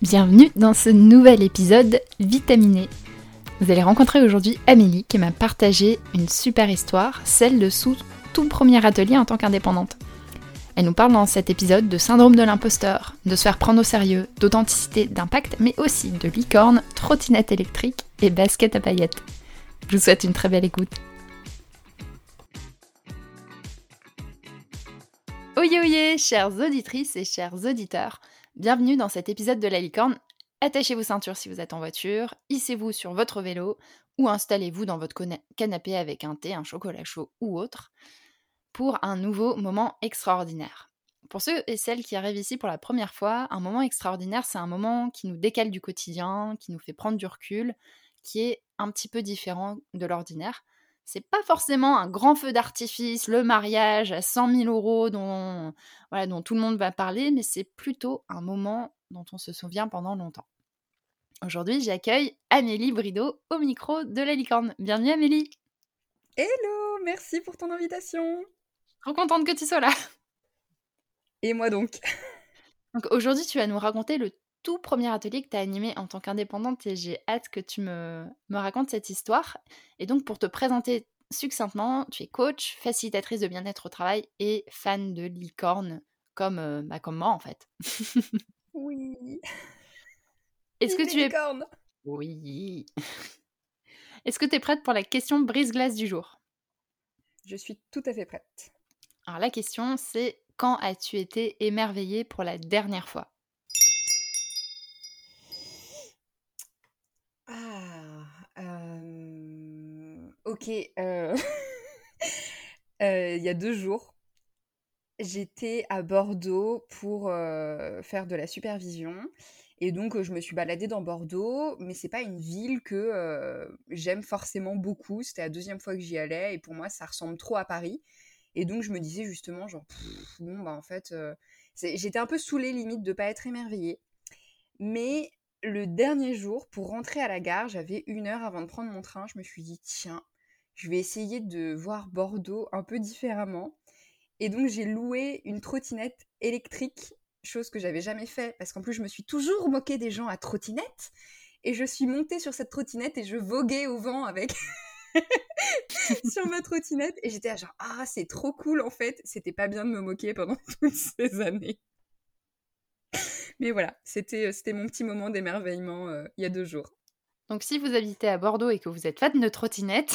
Bienvenue dans ce nouvel épisode vitaminé. Vous allez rencontrer aujourd'hui Amélie qui m'a partagé une super histoire, celle de son tout premier atelier en tant qu'indépendante. Elle nous parle dans cet épisode de syndrome de l'imposteur, de se faire prendre au sérieux, d'authenticité, d'impact, mais aussi de licorne, trottinette électrique et basket à paillettes. Je vous souhaite une très belle écoute. Oyez oyez, chères auditrices et chers auditeurs, bienvenue dans cet épisode de la licorne. Attachez vos ceintures si vous êtes en voiture, hissez-vous sur votre vélo ou installez-vous dans votre canapé avec un thé, un chocolat chaud ou autre pour un nouveau moment extraordinaire. Pour ceux et celles qui arrivent ici pour la première fois, un moment extraordinaire, c'est un moment qui nous décale du quotidien, qui nous fait prendre du recul, qui est un petit peu différent de l'ordinaire. C'est pas forcément un grand feu d'artifice, le mariage à 100 000 euros dont tout le monde va parler, mais c'est plutôt un moment dont on se souvient pendant longtemps. Aujourd'hui, j'accueille Amélie Brideau au micro de la licorne. Bienvenue Amélie. Hello, merci pour ton invitation. Trop contente que tu sois là. Et moi donc. Donc aujourd'hui, tu vas nous raconter le tout premier atelier que tu as animé en tant qu'indépendante et j'ai hâte que tu me racontes cette histoire. Et donc pour te présenter succinctement, tu es coach, facilitatrice de bien-être au travail et fan de licorne comme moi en fait. Oui. Est-ce que Vive les tu es... licornes. Oui. Est-ce que tu es prête pour la question brise-glace du jour? Je suis tout à fait prête. Alors la question c'est quand as-tu été émerveillée pour la dernière fois? Ah, ok. Il y a 2 jours, j'étais à Bordeaux pour faire de la supervision. Et donc, je me suis baladée dans Bordeaux, mais c'est pas une ville que j'aime forcément beaucoup. C'était la deuxième fois que j'y allais, et pour moi, ça ressemble trop à Paris. Et donc, je me disais justement, genre, bon, bah en fait, j'étais un peu saoulée limite de pas être émerveillée. Mais le dernier jour, pour rentrer à la gare, j'avais 1 heure avant de prendre mon train. Je me suis dit, tiens, je vais essayer de voir Bordeaux un peu différemment. Et donc, j'ai loué une trottinette électrique, chose que j'avais jamais fait, parce qu'en plus, je me suis toujours moquée des gens à trottinette. Et je suis montée sur cette trottinette et je voguais au vent avec sur ma trottinette. Et j'étais là genre, ah, c'est trop cool en fait. C'était pas bien de me moquer pendant toutes ces années. Mais voilà, c'était mon petit moment d'émerveillement il y a 2 jours. Donc si vous habitez à Bordeaux et que vous êtes fan de trottinette,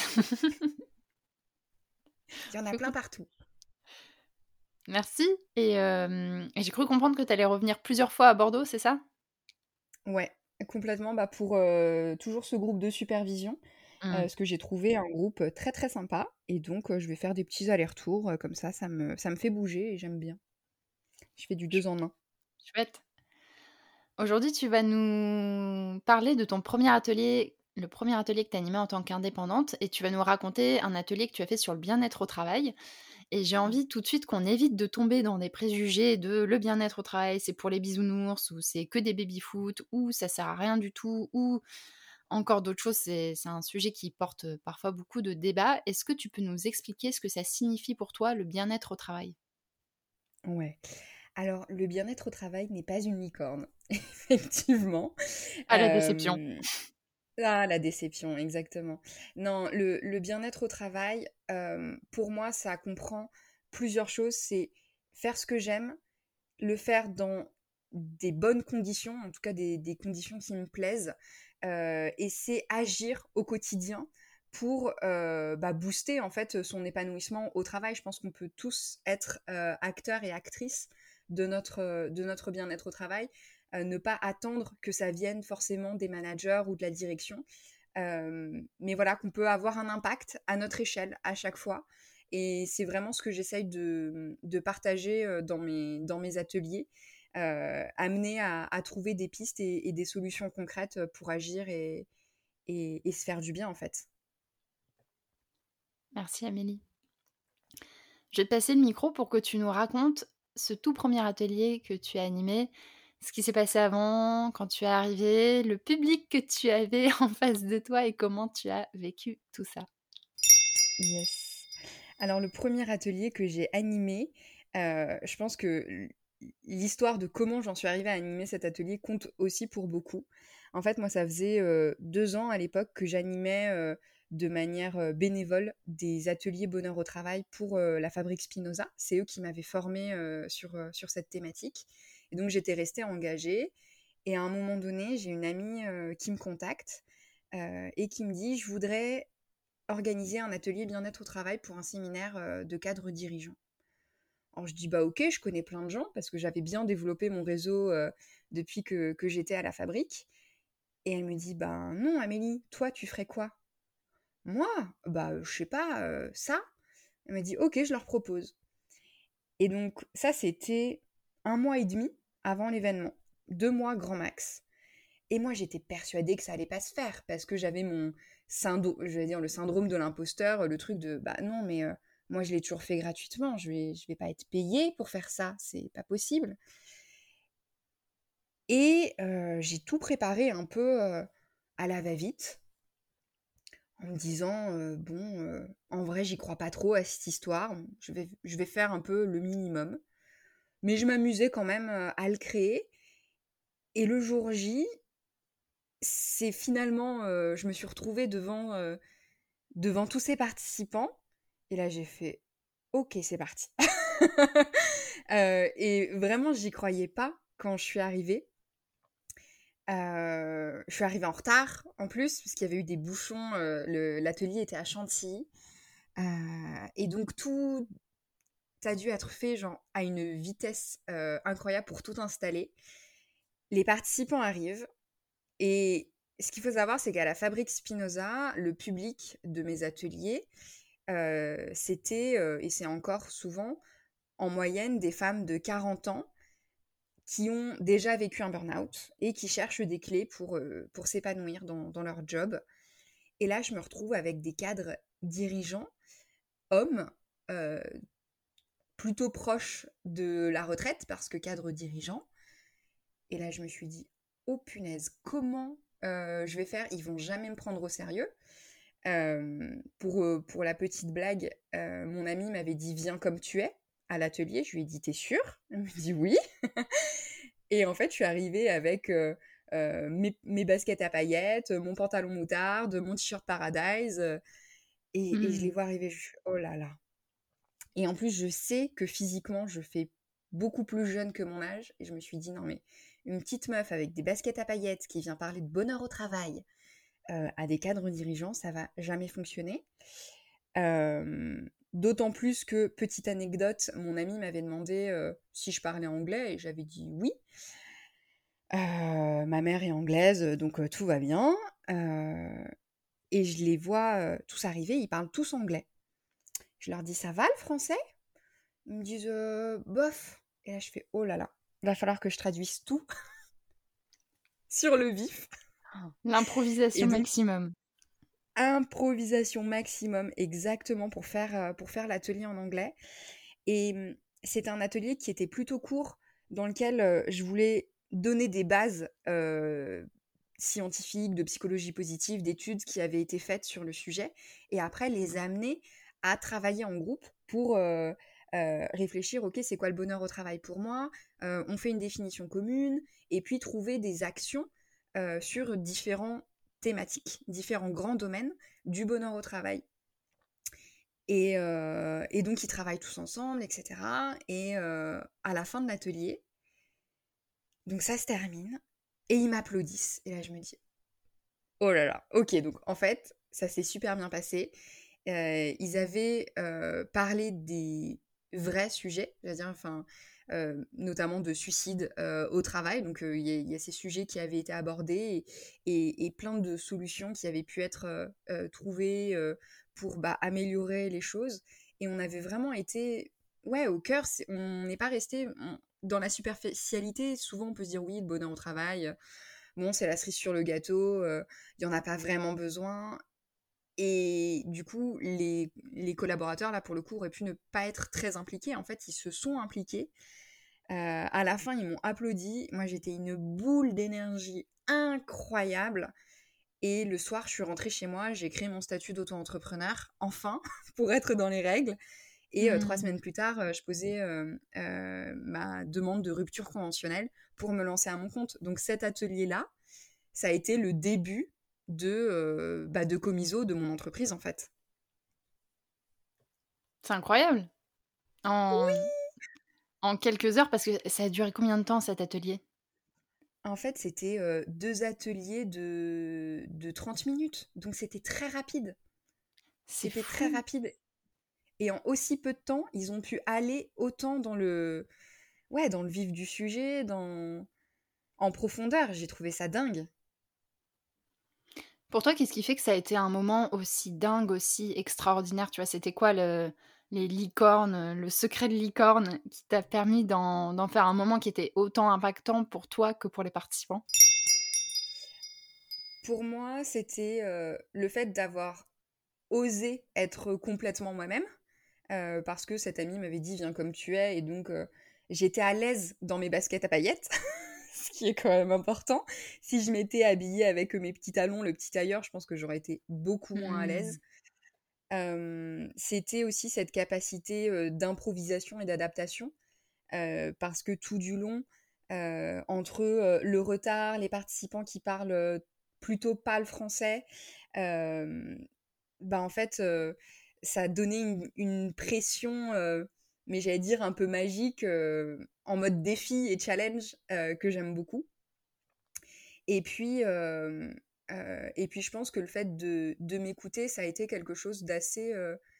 Il y en a plein partout. merci. Et j'ai cru comprendre que tu allais revenir plusieurs fois à Bordeaux, c'est ça? Ouais, complètement. Bah pour toujours ce groupe de supervision, Mmh. parce que j'ai trouvé un groupe très très sympa. Et donc, je vais faire des petits allers-retours, comme ça me fait bouger et j'aime bien. Je fais du Ch 2 en 1. chouette. Aujourd'hui, tu vas nous parler de ton premier atelier, le premier atelier que tu as animé en tant qu'indépendante et tu vas nous raconter un atelier que tu as fait sur le bien-être au travail et j'ai envie tout de suite qu'on évite de tomber dans des préjugés de le bien-être au travail, c'est pour les bisounours ou c'est que des baby-foot ou ça sert à rien du tout ou encore d'autres choses. C'est un sujet qui porte, parfois beaucoup de débats. Est-ce que tu peux nous expliquer ce que ça signifie pour toi, le bien-être au travail? Ouais. Alors, le bien-être au travail n'est pas une licorne, effectivement. Ah, la déception. Hem, ah, la déception, exactement. Non, le bien-être au travail, pour moi, ça comprend plusieurs choses. C'est faire ce que j'aime, le faire dans des bonnes conditions, en tout cas des conditions qui me plaisent, et c'est agir au quotidien pour bah, booster en fait son épanouissement au travail. Je pense qu'on peut tous être acteurs et actrices de notre bien-être au travail, ne pas attendre que ça vienne forcément des managers ou de la direction, mais voilà, qu'on peut avoir un impact à notre échelle à chaque fois. Et c'est vraiment ce que j'essaye de partager dans mes ateliers, amener à trouver des pistes et des solutions concrètes pour agir et se faire du bien en fait. Merci Amélie. Je vais te passer le micro pour que tu nous racontes ce tout premier atelier que tu as animé, ce qui s'est passé avant, quand tu es arrivée, le public que tu avais en face de toi et comment tu as vécu tout ça. Yes. Alors le premier atelier que j'ai animé, je pense que l'histoire de comment j'en suis arrivée à animer cet atelier compte aussi pour beaucoup. En fait, moi, ça faisait 2 ans à l'époque que j'animais de manière bénévole des ateliers bonheur au travail pour la fabrique Spinoza. C'est eux qui m'avaient formée sur cette thématique. Et donc, j'étais restée engagée. Et à un moment donné, j'ai une amie qui me contacte et qui me dit, je voudrais organiser un atelier bien-être au travail pour un séminaire de cadres dirigeants. Alors je dis bah ok, je connais plein de gens parce que j'avais bien développé mon réseau depuis que j'étais à la fabrique. Et elle me dit bah non Amélie, toi tu ferais quoi? Moi, bah je sais pas, ça. Elle m'a dit ok, je leur propose. Et donc ça c'était 1 mois et demi avant l'événement, 2 mois grand max. Et moi j'étais persuadée que ça allait pas se faire parce que j'avais mon syndrome, je vais dire le syndrome de l'imposteur, le truc de bah non mais moi je l'ai toujours fait gratuitement, je vais pas être payée pour faire ça, c'est pas possible. Et j'ai tout préparé un peu à la va-vite en me disant bon en vrai j'y crois pas trop à cette histoire, je vais faire un peu le minimum. Mais je m'amusais quand même à le créer. Et le jour J, c'est finalement je me suis retrouvée devant tous ces participants. Et là, j'ai fait OK, c'est parti. Et vraiment, j'y croyais pas quand je suis arrivée. Je suis arrivée en retard en plus, parce qu'il y avait eu des bouchons. L'atelier était à Chantilly. Et donc, tout a dû être fait genre, à une vitesse incroyable pour tout installer. Les participants arrivent. Et ce qu'il faut savoir, c'est qu'à la Fabrique Spinoza, le public de mes ateliers, c'était, et c'est encore souvent, en moyenne, des femmes de 40 ans qui ont déjà vécu un burn-out et qui cherchent des clés pour s'épanouir dans leur job. Et là, je me retrouve avec des cadres dirigeants, hommes, euh, plutôt proches de la retraite, parce que cadres dirigeants. Et là, je me suis dit, oh punaise, comment je vais faire? Ils vont jamais me prendre au sérieux. Pour la petite blague, mon ami m'avait dit viens comme tu es à l'atelier. Je lui ai dit t'es sûre? Elle me dit oui. Et en fait, je suis arrivée avec mes baskets à paillettes, mon pantalon moutarde, mon t-shirt Paradise. Et je les vois arriver. Je suis oh là là. Et en plus, je sais que physiquement, je fais beaucoup plus jeune que mon âge. Et je me suis dit non mais une petite meuf avec des baskets à paillettes qui vient parler de bonheur au travail à des cadres dirigeants, ça va jamais fonctionner. D'autant plus que, petite anecdote, mon ami m'avait demandé si je parlais anglais et j'avais dit oui. Ma mère est anglaise, donc tout va bien. Et je les vois tous arriver, ils parlent tous anglais. Je leur dis ça va le français? Ils me disent bof. Et là je fais oh là là, va falloir que je traduise tout sur le vif. Et L'improvisation donc maximum. improvisation maximum, exactement, pour faire l'atelier en anglais. Et c'était un atelier qui était plutôt court, dans lequel je voulais donner des bases scientifiques, de psychologie positive, d'études qui avaient été faites sur le sujet, et après les amener à travailler en groupe pour réfléchir, ok, c'est quoi le bonheur au travail pour moi? On fait une définition commune, et puis trouver des actions sur différents thématiques, différents grands domaines du bonheur au travail. Et donc, ils travaillent tous ensemble, etc. Et à la fin de l'atelier, donc ça se termine, et ils m'applaudissent. Et là, je me dis, oh là là, ok, donc en fait, ça s'est super bien passé. Ils avaient parlé des vrais sujets, c'est-à-dire, enfin, notamment de suicide au travail. Donc, il y a ces sujets qui avaient été abordés et plein de solutions qui avaient pu être trouvées pour améliorer les choses. Et on avait vraiment été ouais, au cœur. On n'est pas resté dans la superficialité. Souvent, on peut se dire oui, le bonheur au travail, bon, c'est la cerise sur le gâteau, il n'y en a pas vraiment besoin. Et du coup, les collaborateurs, là, pour le coup, auraient pu ne pas être très impliqués. En fait, ils se sont impliqués. À la fin, ils m'ont applaudi. Moi, j'étais une boule d'énergie incroyable. Et le soir, je suis rentrée chez moi, j'ai créé mon statut d'auto-entrepreneur, enfin, pour être dans les règles. Et 3 Mmh. semaines plus tard, je posais ma demande de rupture conventionnelle pour me lancer à mon compte. Donc cet atelier-là, ça a été le début de Comiso, de mon entreprise en fait. C'est incroyable! En en quelques heures, parce que ça a duré combien de temps cet atelier? En fait, c'était 2 ateliers de 30 minutes, donc c'était très rapide. C'est C'était très fou! rapide et en aussi peu de temps, ils ont pu aller autant dans le vif du sujet, en profondeur. J'ai trouvé ça dingue. Pour toi, qu'est-ce qui fait que ça a été un moment aussi dingue, aussi extraordinaire? Tu vois, c'était quoi les licornes, le secret de licorne qui t'a permis d'en faire un moment qui était autant impactant pour toi que pour les participants? Pour moi, c'était, le fait d'avoir osé être complètement moi-même, parce que cet ami m'avait dit: «Viens comme tu es» et donc j'étais à l'aise dans mes baskets à paillettes, ce qui est quand même important. Si je m'étais habillée avec mes petits talons, le petit tailleur, je pense que j'aurais été beaucoup moins à Mmh. l'aise. C'était aussi cette capacité, d'improvisation et d'adaptation, parce que tout du long, entre, le retard, les participants qui parlent, plutôt pas le français, hem, en fait, ça donnait une pression, mais j'allais dire un peu magique, en mode défi et challenge, que j'aime beaucoup. Et puis, je pense que le fait de m'écouter, ça a été quelque chose d'assez,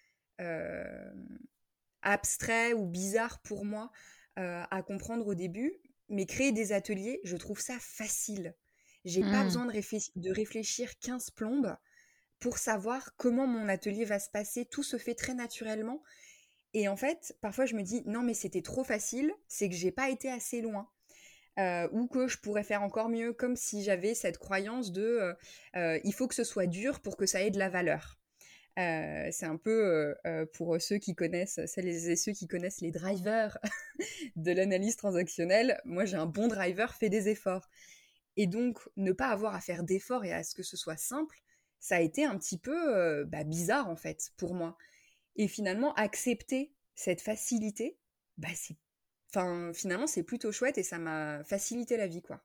hem, abstrait ou bizarre pour moi, à comprendre au début. Mais créer des ateliers, je trouve ça facile. J'ai pas Mmh. besoin de réfléchir 15 plombes pour savoir comment mon atelier va se passer. Tout se fait très naturellement. Et en fait, parfois je me dis: «Non mais c'était trop facile, c'est que j'ai pas été assez loin». Ou que je pourrais faire encore mieux, comme si j'avais cette croyance il faut que ce soit dur pour que ça ait de la valeur. C'est un peu, pour ceux qui connaissent celles et ceux qui connaissent les drivers de l'analyse transactionnelle, moi j'ai un bon driver, fait des efforts. Et donc ne pas avoir à faire d'efforts et à ce que ce soit simple, ça a été un petit peu, bizarre en fait pour moi. Et finalement accepter cette facilité, c'est finalement c'est plutôt chouette et ça m'a facilité la vie, quoi.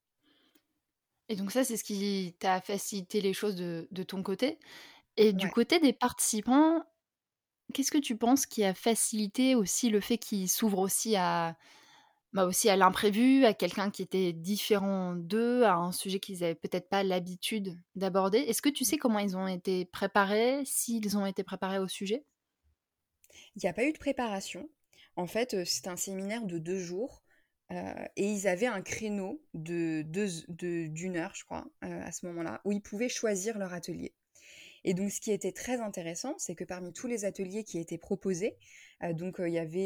Et donc ça, c'est ce qui t'a facilité les choses de ton côté. Et du Ouais. côté des participants, qu'est-ce que tu penses qui a facilité aussi le fait qu'ils s'ouvrent aussi aussi à l'imprévu, à quelqu'un qui était différent d'eux, à un sujet qu'ils avaient peut-être pas l'habitude d'aborder? Est-ce que tu sais comment ils ont été préparés, s'ils ont été préparés au sujet? Il y a pas eu de préparation. En fait, c'était un séminaire de 2 jours, et ils avaient un créneau d'1 heure, je crois, à ce moment-là, où ils pouvaient choisir leur atelier. Et donc ce qui était très intéressant, c'est que parmi tous les ateliers qui étaient proposés, il y avait,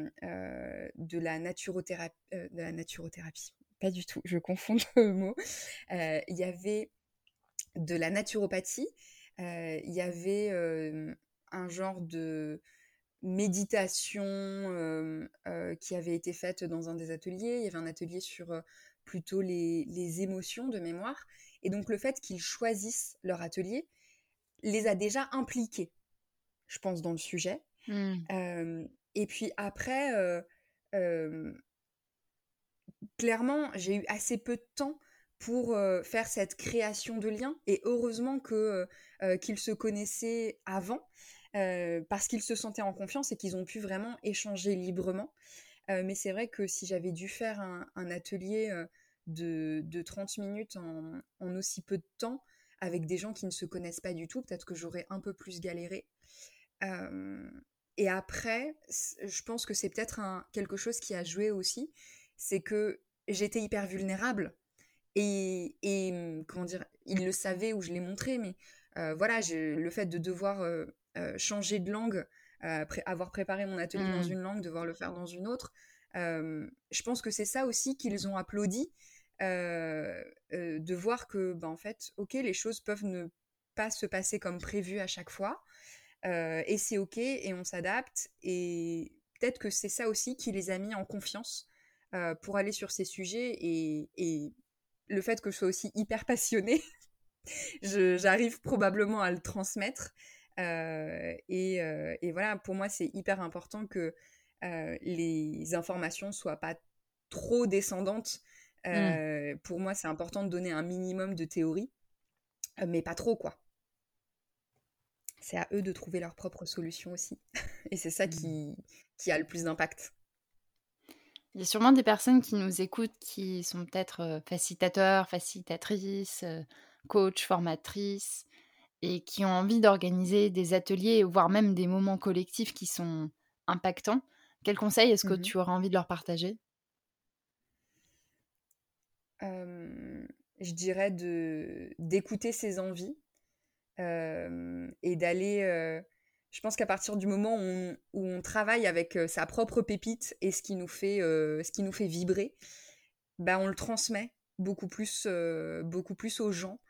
de la naturothérapie, pas du tout, je confonds 2 mots. Il y avait de la naturopathie, il y avait, un genre de méditation, qui avait été faite dans un des ateliers. Il y avait un atelier sur, plutôt les émotions de mémoire. Et donc le fait qu'ils choisissent leur atelier les a déjà impliqués, je pense, dans le sujet. Mmh. Et puis après, hem, clairement, j'ai eu assez peu de temps pour, faire cette création de liens et heureusement qu'ils se connaissaient avant, parce qu'ils se sentaient en confiance et qu'ils ont pu vraiment échanger librement. Mais c'est vrai que si j'avais dû faire un atelier, de 30 minutes en aussi peu de temps, avec des gens qui ne se connaissent pas du tout, peut-être que j'aurais un peu plus galéré. Hem Et après, je pense que c'est peut-être quelque chose qui a joué aussi, c'est que j'étais hyper vulnérable comment dire? Ils le savaient ou je l'ai montré, mais voilà, le fait de devoir, changer de langue, après avoir préparé mon atelier dans Mmh. une langue, devoir le faire dans une autre, je pense que c'est ça aussi qu'ils ont applaudi, de voir que, en fait, OK, les choses peuvent ne pas se passer comme prévu à chaque fois, et c'est OK et on s'adapte et peut-être que c'est ça aussi qui les a mis en confiance, pour aller sur ces sujets et le fait que je sois aussi hyper passionnée, j'arrive probablement à le transmettre. Et voilà, pour moi, c'est hyper important que les informations soient pas trop descendantes. Mmh. Pour moi, c'est important de donner un minimum de théorie, mais pas trop, quoi. C'est à eux de trouver leur propre solution aussi. Et c'est ça Mmh. qui a le plus d'impact. Il y a sûrement des personnes qui nous écoutent qui sont peut-être, facilitateurs, facilitatrices, coachs, formatrices et qui ont envie d'organiser des ateliers, voire même des moments collectifs qui sont impactants. Quels conseils est-ce que Mhm. tu aurais envie de leur partager? Euh, je dirais d'écouter ses envies et d'aller. Je pense qu'à partir du moment où on travaille avec sa propre pépite et ce qui nous fait vibrer, bah, on le transmet beaucoup plus aux gens.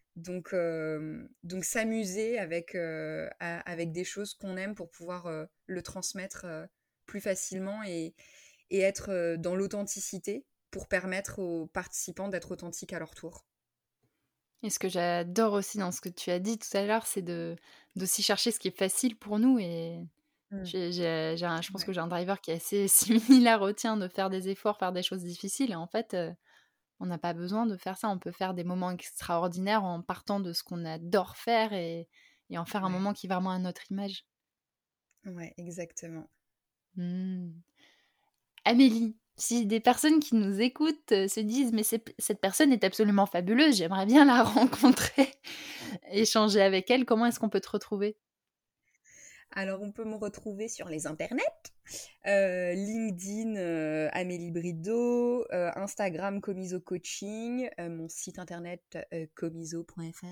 Donc s'amuser avec des choses qu'on aime pour pouvoir le transmettre plus facilement et être dans l'authenticité pour permettre aux participants d'être authentiques à leur tour. Et ce que j'adore aussi dans ce que tu as dit tout à l'heure, c'est d'aussi chercher ce qui est facile pour nous et Mm. je pense Ouais, que j'ai un driver qui est assez similaire au tien, de faire des efforts, faire des choses difficiles et en fait, on n'a pas besoin de faire ça. On peut faire des moments extraordinaires en partant de ce qu'on adore faire et en faire un ouais, moment qui est vraiment à notre image. ouais, exactement. Mmh. Amélie, si des personnes qui nous écoutent, se disent: «Mais cette personne est absolument fabuleuse, j'aimerais bien la rencontrer, échanger avec elle», comment est-ce qu'on peut te retrouver? Alors, on peut me retrouver sur les internets, LinkedIn, Amélie Brideau, Instagram Comiso Coaching, mon site internet comiso.fr.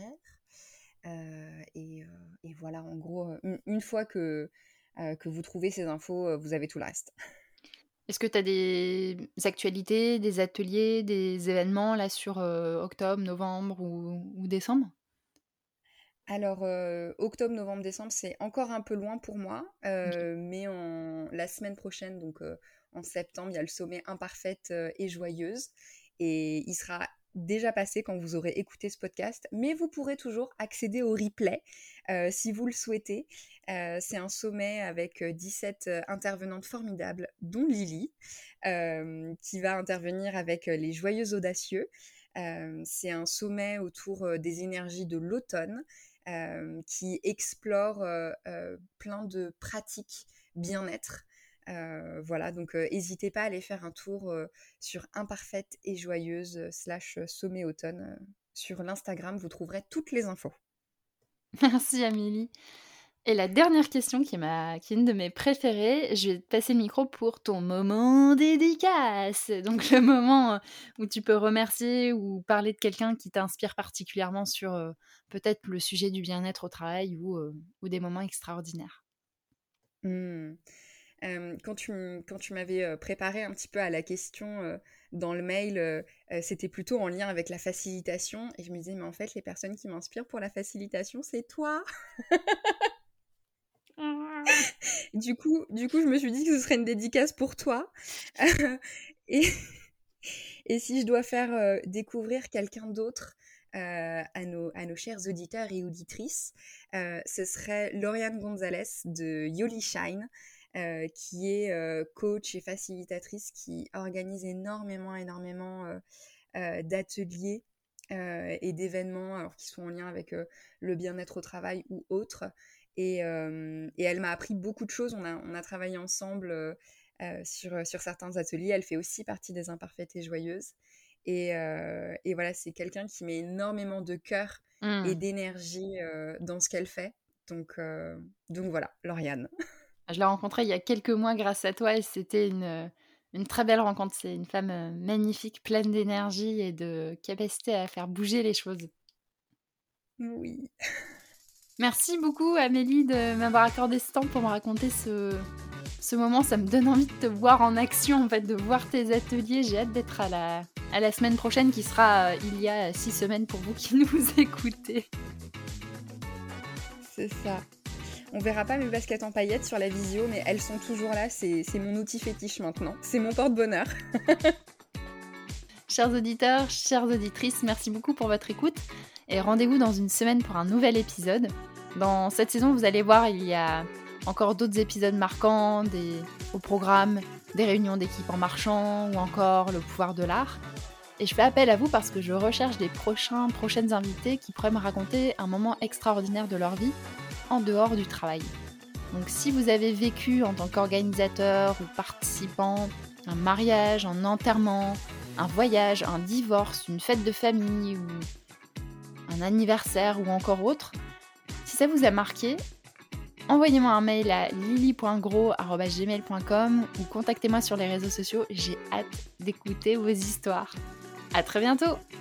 Et voilà, en gros, une fois que vous trouvez ces infos, vous avez tout le reste. Est-ce que tu as des actualités, des ateliers, des événements là sur, octobre, novembre ou décembre? Alors, octobre, novembre, décembre, c'est encore un peu loin pour moi, OK. mais la semaine prochaine, donc en septembre, il y a le sommet Imparfaite et Joyeuse. Et il sera déjà passé quand vous aurez écouté ce podcast, mais vous pourrez toujours accéder au replay si vous le souhaitez. C'est un sommet avec 17 intervenantes formidables, dont Lily, qui va intervenir avec les Joyeux Audacieux. C'est un sommet autour des énergies de l'automne qui explore plein de pratiques bien-être. Voilà, donc n'hésitez pas à aller faire un tour sur Imparfaite et Joyeuse / Sommet Automne. Sur l'Instagram, vous trouverez toutes les infos. Merci Amélie. Et la dernière question qui est une de mes préférées, je vais te passer le micro pour ton moment dédicace. Donc le moment, où tu peux remercier ou parler de quelqu'un qui t'inspire particulièrement sur, peut-être le sujet du bien-être au travail ou des moments extraordinaires. Hmm. Quand tu m'avais préparé un petit peu à la question dans le mail, c'était plutôt en lien avec la facilitation. Et je me disais, mais en fait, les personnes qui m'inspirent pour la facilitation, c'est toi. Du coup, je me suis dit que ce serait une dédicace pour toi. et, et si je dois faire découvrir quelqu'un d'autre à nos chers auditeurs et auditrices, ce serait Lauriane Gonzalez de Yoli Shine, qui est coach et facilitatrice qui organise énormément d'ateliers et d'événements alors, qui sont en lien avec le bien-être au travail ou autre. Et elle m'a appris beaucoup de choses. On a travaillé ensemble sur certains ateliers. Elle fait aussi partie des Imparfaites et Joyeuses. Et voilà, c'est quelqu'un qui met énormément de cœur et Mmh. d'énergie dans ce qu'elle fait. Donc, euh, donc voilà, Lauriane. Je l'ai rencontrée il y a quelques mois grâce à toi et c'était une très belle rencontre. C'est une femme, magnifique, pleine d'énergie et de capacité à faire bouger les choses. Oui. Merci beaucoup Amélie de m'avoir accordé ce temps pour me raconter ce moment. Ça me donne envie de te voir en action, en fait, de voir tes ateliers. J'ai hâte d'être à la semaine prochaine qui sera il y a 6 semaines pour vous qui nous écoutez. C'est ça. On verra pas mes baskets en paillettes sur la visio, mais elles sont toujours là. C'est mon outil fétiche maintenant. C'est mon porte-bonheur. Chers auditeurs, chères auditrices, merci beaucoup pour votre écoute et rendez-vous dans une semaine pour un nouvel épisode. Dans cette saison, vous allez voir, il y a encore d'autres épisodes marquants au programme, des réunions d'équipe en marchant ou encore le pouvoir de l'art. Et je fais appel à vous parce que je recherche des prochaines invités qui pourraient me raconter un moment extraordinaire de leur vie en dehors du travail. Donc si vous avez vécu en tant qu'organisateur ou participant un mariage, un enterrement, un voyage, un divorce, une fête de famille ou un anniversaire ou encore autre, si ça vous a marqué, envoyez-moi un mail à lily.gros@gmail.com ou contactez-moi sur les réseaux sociaux, j'ai hâte d'écouter vos histoires. À très bientôt!